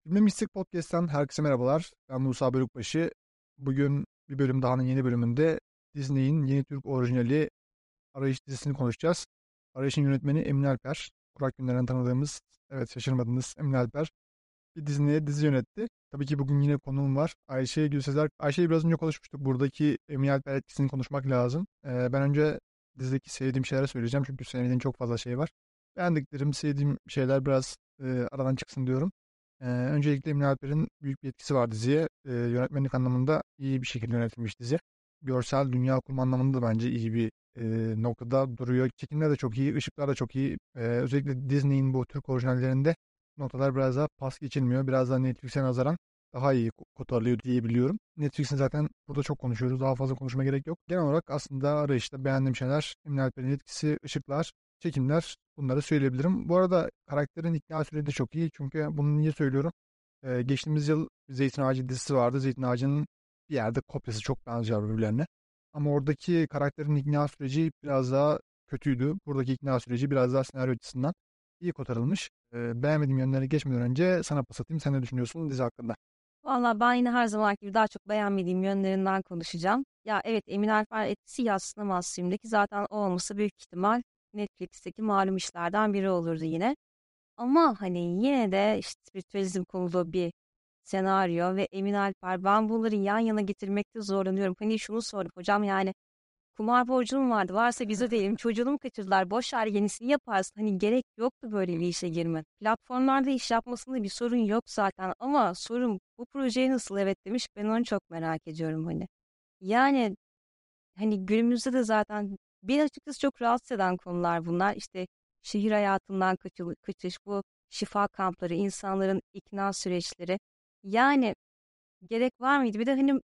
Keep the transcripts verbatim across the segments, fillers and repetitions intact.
Filmde Mistik Podcast'ten herkese merhabalar. Ben Musa Bölükbaşı. Bugün bir bölüm dahanın yeni bölümünde Disney'in yeni Türk orijinali Arayış dizisini konuşacağız. Arayış'ın yönetmeni Emin Alper. Kurak günlerden tanıdığımız, evet şaşırmadınız, Emin Alper bir Disney'e dizi yönetti. Tabii ki bugün yine konuğum var. Ayşe Gülsezer. Ayşe'yi biraz önce konuşmuştuk. Buradaki Emin Alper etkisini konuşmak lazım. Ee, ben önce dizideki sevdiğim şeyler söyleyeceğim. Çünkü sevdiğim çok fazla şey var. Beğendiklerim, sevdiğim şeyler biraz e, aradan çıksın diyorum. Ee, öncelikle Emin Alper'in büyük bir etkisi var diziye. Ee, yönetmenlik anlamında iyi bir şekilde yönetilmiş dizi. Görsel dünya kurma anlamında da bence iyi bir e, noktada duruyor. Çekimler de çok iyi, ışıklar da çok iyi. Ee, özellikle Disney'in bu Türk orijinallerinde noktalar biraz daha pas geçilmiyor. Biraz daha Netflix'e nazaran daha iyi ko- kotarılıyor diyebiliyorum. Netflix'in zaten burada çok konuşuyoruz. Daha fazla konuşma gerek yok. Genel olarak aslında arayışta beğendiğim şeyler Emin Alper'in etkisi, ışıklar, çekimler, bunları söyleyebilirim. Bu arada karakterin ikna süreci de çok iyi. Çünkü bunu niye söylüyorum? Ee, geçtiğimiz yıl Zeytin Ağacı dizisi vardı. Zeytin Ağacı'nın bir yerde kopyası çok benziyor birbirlerine. Ama oradaki karakterin ikna süreci biraz daha kötüydü. Buradaki ikna süreci biraz daha senaryo açısından iyi kotarılmış. Ee, beğenmediğim yönlerine geçmeden önce sana pas atayım. Sen ne düşünüyorsun dizi hakkında? Valla ben yine her zamanki gibi daha çok beğenmediğim yönlerinden konuşacağım. Ya evet, Emin Alper etkisi yadsınamaz filmdeki, zaten o olmasa büyük ihtimal Netflix'teki malum işlerden biri olurdu yine. Ama hani yine de işte spiritüalizm konulu bir senaryo ve Emin Alper, ben bunları yan yana getirmekte zorlanıyorum. Hani şunu sordum hocam, yani kumar borcum vardı. Varsa bize değilim. Çocuğumu kaçırdılar. Boş ver, yenisini yaparsın. Hani gerek yoktu böyle bir işe girme. Platformlarda iş yapmasında bir sorun yok zaten. Ama sorun bu projeye nasıl evet demiş. Ben onu çok merak ediyorum hani. Yani hani günümüzde de zaten beni açıkçası çok rahatsız eden konular bunlar. İşte şehir hayatından kaçıl- kaçış, bu şifa kampları, insanların ikna süreçleri. Yani gerek var mıydı? Bir de hani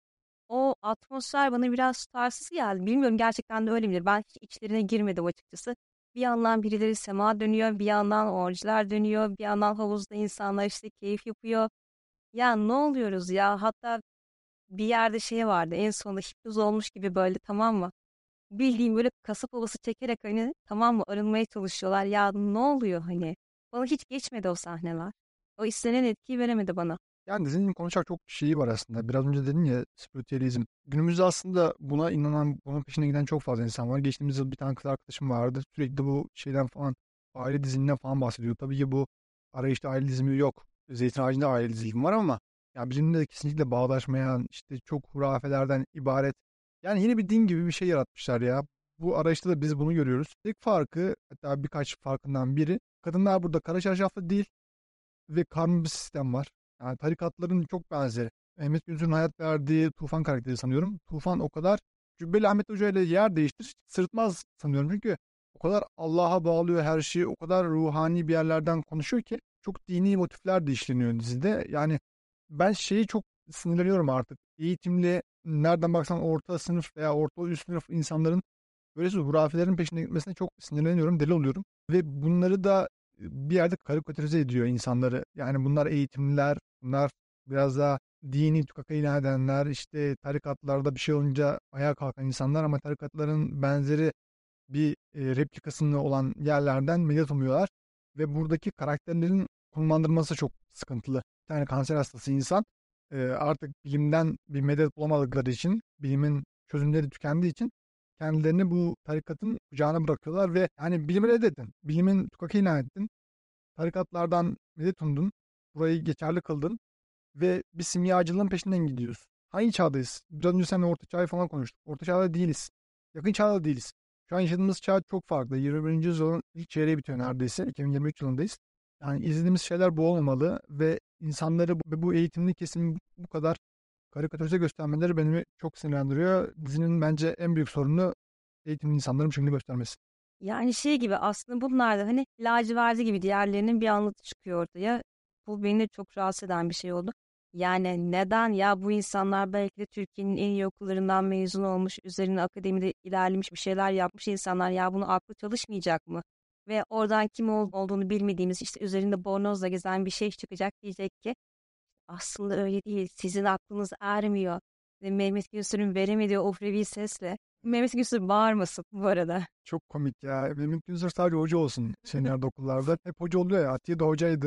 o atmosfer bana biraz tutarsız geldi. Bilmiyorum, gerçekten de öyle midir? Ben hiç içlerine girmedim açıkçası. Bir yandan birileri sema dönüyor, bir yandan orjiler dönüyor, bir yandan havuzda insanlar işte keyif yapıyor. Ya ne oluyoruz ya? Hatta bir yerde şey vardı, en sonunda hipnoz olmuş gibi böyle, tamam mı? Bildiğim böyle kasap havası çekerek hani, tamam mı, arınmaya çalışıyorlar. Ya ne oluyor hani? Bana hiç geçmedi o sahneler. O istenen etkiyi veremedi bana. Yani dizinin konuşacak çok şeyi var aslında. Biraz önce dedin ya, spiritüalizm. Günümüzde aslında buna inanan, bunun peşine giden çok fazla insan var. Geçtiğimiz yıl bir tane kız arkadaşım vardı. Sürekli bu şeyden falan, aile diziminden falan bahsediyor. Tabii ki bu arayışta aile dizimi yok. Zeytin Ağacı'nda aile dizimi var ama ya bizimle de kesinlikle bağdaşmayan, işte çok hurafelerden ibaret. Yani yeni bir din gibi bir şey yaratmışlar ya. Bu arayışta da biz bunu görüyoruz. Tek farkı, hatta birkaç farkından biri, kadınlar burada kara çarşaflı değil ve karma bir sistem var. Yani tarikatların çok benzeri. Mehmet Günsür'ün hayat verdiği Tufan karakteri sanıyorum. Tufan o kadar Cübbeli Ahmet Hoca ile yer değiştir, sırıtmaz sanıyorum. Çünkü o kadar Allah'a bağlıyor her şeyi, o kadar ruhani bir yerlerden konuşuyor ki çok dini motifler de işleniyor dizide. Yani ben şeyi çok sinirleniyorum artık. Eğitimli, nereden baksan orta sınıf veya orta üst sınıf insanların böylesi hurafelerin peşine gitmesine çok sinirleniyorum, deli oluyorum. Ve bunları da bir yerde karikatürize ediyor insanları. Yani bunlar eğitimliler, bunlar biraz daha dini tukaka ilan edenler, işte tarikatlarda bir şey olunca ayağa kalkan insanlar ama tarikatların benzeri bir e, replikasında olan yerlerden medet umuyorlar. Ve buradaki karakterlerin konumlandırması çok sıkıntılı. Bir tane kanser hastası insan e, artık bilimden bir medet bulamadıkları için, bilimin çözümleri tükendiği için kendilerini bu tarikatın kucağına bırakıyorlar ve yani bilimi reddettin. Bilimin tukaka ilan ettin. Tarikatlardan medet umdun. Burayı geçerli kıldın ve bir simyacılığın peşinden gidiyoruz. Hangi çağdayız? Biraz önce seninle orta çağı falan konuştuk. Orta çağda değiliz. Yakın çağda değiliz. Şu an yaşadığımız çağ çok farklı. yirmi birinci yüzyılın ilk çeyreği bitiyor neredeyse. iki bin yirmi üç yılındayız. Yani izlediğimiz şeyler bu olmamalı ve insanları bu, bu eğitimli kesim bu kadar karikatürize göstermeleri beni çok sinirlendiriyor. Dizinin bence en büyük sorunu eğitimli insanların bu şekilde göstermesi. Yani şey gibi, aslında bunlar da hani laciverti gibi diğerlerinin bir anlatı çıkıyor ortaya. Bu beni de çok rahatsız eden bir şey oldu. Yani neden ya, bu insanlar belki de Türkiye'nin en iyi okullarından mezun olmuş, üzerine akademide ilerlemiş bir şeyler yapmış insanlar, ya bunu aklı çalışmayacak mı? Ve oradan kim ol- olduğunu bilmediğimiz, işte üzerinde bornozla gezen bir şey çıkacak, diyecek ki aslında öyle değil, sizin aklınız ermiyor. Ve Mehmet Gülsür'ün veremediği o frevi sesle, Mehmet Gülsür bağırmasın bu arada. Çok komik ya. Mehmet Günsür sadece hoca olsun senelerde okullarda. Hep hoca oluyor ya. Atiye de hocaydı.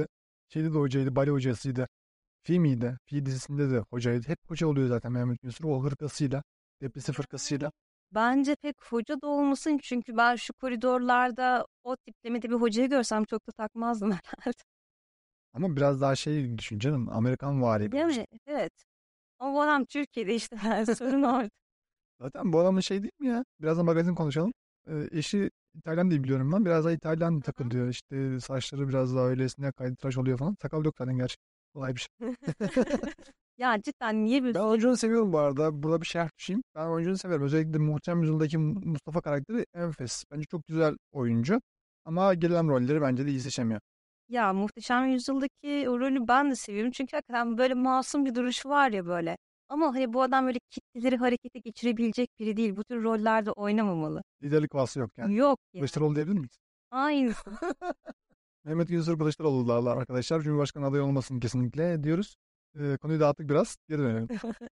Şeyde de hocaydı, bale hocasıydı. Fi miydi? Fi dizisinde de hocaydı. Hep hoca oluyor zaten Mehmet Günsür. O hırkasıyla, depresif hırkasıyla. Yani bence pek hoca da olmasın çünkü ben şu koridorlarda o tiplemede bir hocayı görsem çok da takmazdım herhalde. Ama biraz daha şey düşün canım. Amerikan vari bir hoca. Yani evet. Ama bu adam Türkiye'de işte yani sorun orada. Zaten bu adamın şey değil mi ya? Birazdan magazin konuşalım. Ee, eşi İtalyan diye biliyorum ben. Biraz daha İtalyan Hı hı. takılıyor. İşte saçları biraz daha öylesine kaydıraş oluyor falan. Sakal yok zaten gerçi. Kolay bir şey. Ya cidden niye bir Ben sürekli oyuncunu seviyorum bu arada. Burada bir şerh düşeyim. Ben oyuncunu severim. Özellikle Muhteşem Yüzyıl'daki Mustafa karakteri enfes. Bence çok güzel oyuncu. Ama gelen rolleri bence de iyi seçemiyor. ya Muhteşem Yüzyıl'daki o rolü ben de seviyorum. Çünkü hakikaten böyle masum bir duruşu var ya böyle. Ama hani bu adam böyle kitleleri harekete geçirebilecek biri değil. Bu tür rollerde oynamamalı. Liderlik vasfı yok yani. Yok yani. Kılıçdaroğlu diyebilir miyiz? Aynısı. Mehmet Günsür Kılıçdaroğlu'larla arkadaşlar. Cumhurbaşkanı adayı olmasın kesinlikle diyoruz. Ee, konuyu dağıttık biraz. Geri dönelim.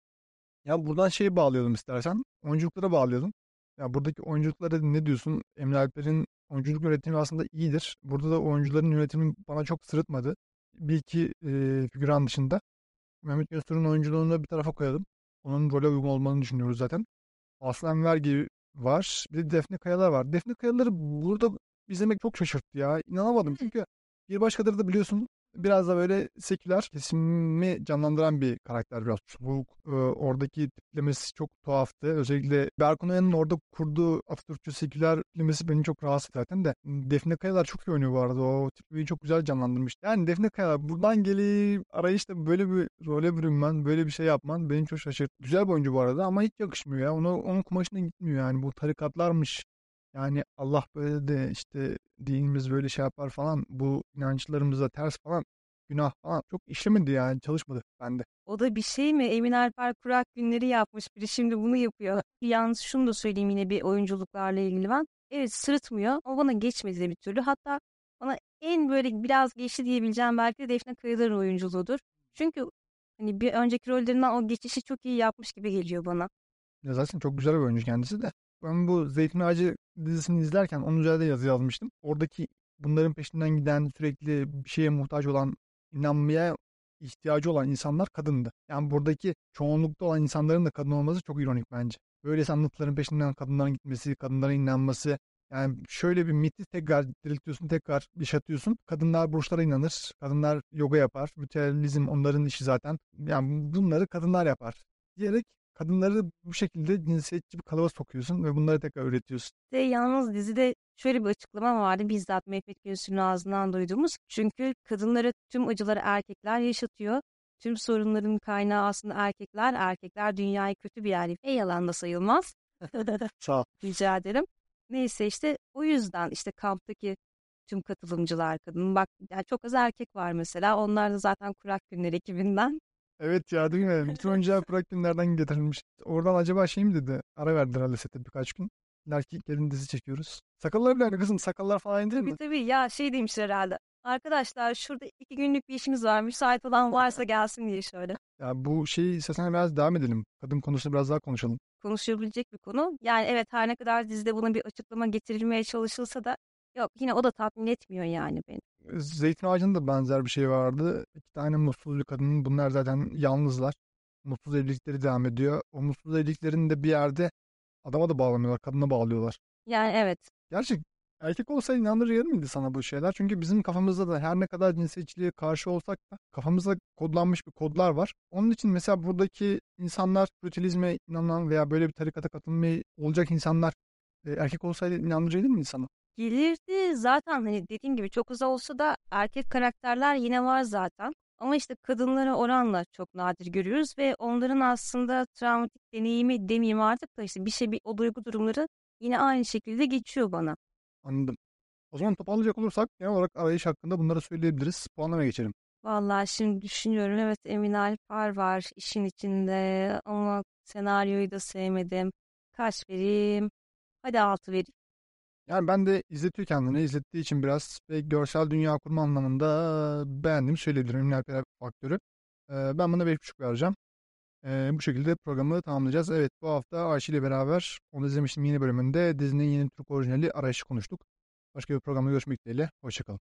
Ya buradan şeyi bağlayalım istersen. Oyunculuklara bağlayalım. Ya buradaki oyunculuklara ne diyorsun? Emre Alper'in oyunculuk yönetimi aslında iyidir. Burada da oyuncuların yönetimi bana çok sırıtmadı. Bir iki e, figüran dışında. Mehmet Göster'in oyunculuğunu bir tarafa koyalım. Onun role uygun olmadığını düşünüyoruz zaten. Aslan Vergi var. Bir de Defne Kayalar var. Defne Kayalar'ı burada izlemek çok şaşırttı ya. İnanamadım. Evet. Çünkü bir başkaları da biliyorsun biraz da böyle seküler kesimi canlandıran bir karakter biraz. Bu e, oradaki tiplemesi çok tuhaftı. Özellikle Berkun Oya'nın orada kurduğu Atatürkçü seküler tiplemesi beni çok rahatsız etti zaten de. Defne Kayalar çok iyi oynuyor bu arada. O tiplemeyi çok güzel canlandırmış. Yani Defne Kayalar buradan gelip arayışta böyle bir role bürünmen, böyle bir şey yapman beni çok şaşırttı. Güzel bir oyuncu bu arada ama hiç yakışmıyor ya. Onu, onun kumaşına gitmiyor yani. Bu tarikatlarmış. Yani Allah böyle de işte dinimiz böyle şey yapar falan. Bu inançlarımıza ters falan. Günah falan. Çok işlemedi yani. Çalışmadı bende. O da bir şey mi? Emin Alper Kurak günleri yapmış biri şimdi bunu yapıyor. Yalnız şunu da söyleyeyim yine bir oyunculuklarla ilgili ben. Evet sırıtmıyor ama bana geçmedi de bir türlü. Hatta bana en böyle biraz geçti diyebileceğim belki de Defne Kayılar'ın oyunculuğudur. Çünkü hani bir önceki rollerinden o geçişi çok iyi yapmış gibi geliyor bana. Ya zaten çok güzel bir oyuncu kendisi de. Ben bu Zeytin Ağacı dizisini izlerken onun üzerinde yazı yazmıştım. Oradaki bunların peşinden giden sürekli bir şeye muhtaç olan, inanmaya ihtiyacı olan insanlar kadındı. Yani buradaki çoğunlukta olan insanların da kadın olması çok ironik bence. Böyle sanatların peşinden kadınların gitmesi, kadınların inanması. Yani şöyle bir miti tekrar diriltiyorsun, tekrar yaşatıyorsun. Kadınlar burçlara inanır, kadınlar yoga yapar. Ritüelizm onların işi zaten. Yani bunları kadınlar yapar diyerek kadınları bu şekilde cinsiyetçi bir kalıba sokuyorsun ve bunları tekrar üretiyorsun. De yalnız dizide şöyle bir açıklama vardı bizzat Mehmet Gülsün'ün ağzından duyduğumuz. Çünkü kadınlara tüm acıları erkekler yaşatıyor. Tüm sorunların kaynağı aslında erkekler. Erkekler dünyayı kötü bir yer yapıyor. E, yalan da sayılmaz. Sağ ol. Rica ederim. Neyse işte o yüzden işte kamptaki tüm katılımcılar kadın. Bak yani çok az erkek var mesela. Onlar da zaten Kurak Günler ekibinden. Evet ya değil mi? Bütün oyuncular Kurak Günler'den getirilmiş. Oradan acaba şey mi dedi? Ara verdiler herhalde sete birkaç gün. Der ki gelin dizi çekiyoruz. Sakallar bile aynı kızım. Sakallar falan aynı değil Tabii mi? tabii ya şey demişler herhalde. Arkadaşlar şurada iki günlük bir işimiz var. Müsait olan varsa gelsin diye şöyle. Ya bu şeyi istersen biraz devam edelim. Kadın konusunu biraz daha konuşalım. Konuşabilecek bir konu. Yani evet her ne kadar dizide buna bir açıklama getirilmeye çalışılsa da yok yine o da tatmin etmiyor yani beni. Zeytin Ağacı'nda da benzer bir şey vardı. İki tane mutsuz bir kadın. Bunlar zaten yalnızlar. Mutsuz evlilikleri devam ediyor. O mutsuz evliliklerini de bir yerde adama da bağlamıyorlar. Kadına bağlıyorlar. Yani evet. Gerçi erkek olsa inandırır gelir miydi sana bu şeyler? Çünkü bizim kafamızda da her ne kadar cinsiyetçiliğe karşı olsak da kafamızda kodlanmış bir kodlar var. Onun için mesela buradaki insanlar spiritilizme inanan veya böyle bir tarikata katılmayı olacak insanlar e, erkek olsaydı inandırıcı gelir miydi sana? Gelirdi zaten hani dediğim gibi çok az olsa da erkek karakterler yine var zaten. Ama işte kadınlara oranla çok nadir görüyoruz ve onların aslında travmatik deneyimi demeyeyim artık da işte bir şey bir o duygu durumları yine aynı şekilde geçiyor bana. Anladım. O zaman toparlayacak olursak genel olarak arayış hakkında bunları söyleyebiliriz. Puanlamaya geçelim. Vallahi şimdi düşünüyorum evet Emin Alper var işin içinde ama senaryoyu da sevmedim. Kaç vereyim? Hadi altı vereyim. Yani ben de izletiyor kendini. İzlettiği için biraz ve görsel dünya kurma anlamında beğendiğimi söyleyebilirim. Ünlü Alper faktörü. Ee, ben buna beş buçuk vereceğim. Ee, bu şekilde programı tamamlayacağız. Evet bu hafta Ayşe ile beraber onu izlemiştim yeni bölümünde. Dizinin yeni Türk orijinali Arayış'ı konuştuk. Başka bir programda görüşmek dileğiyle. Hoşçakalın.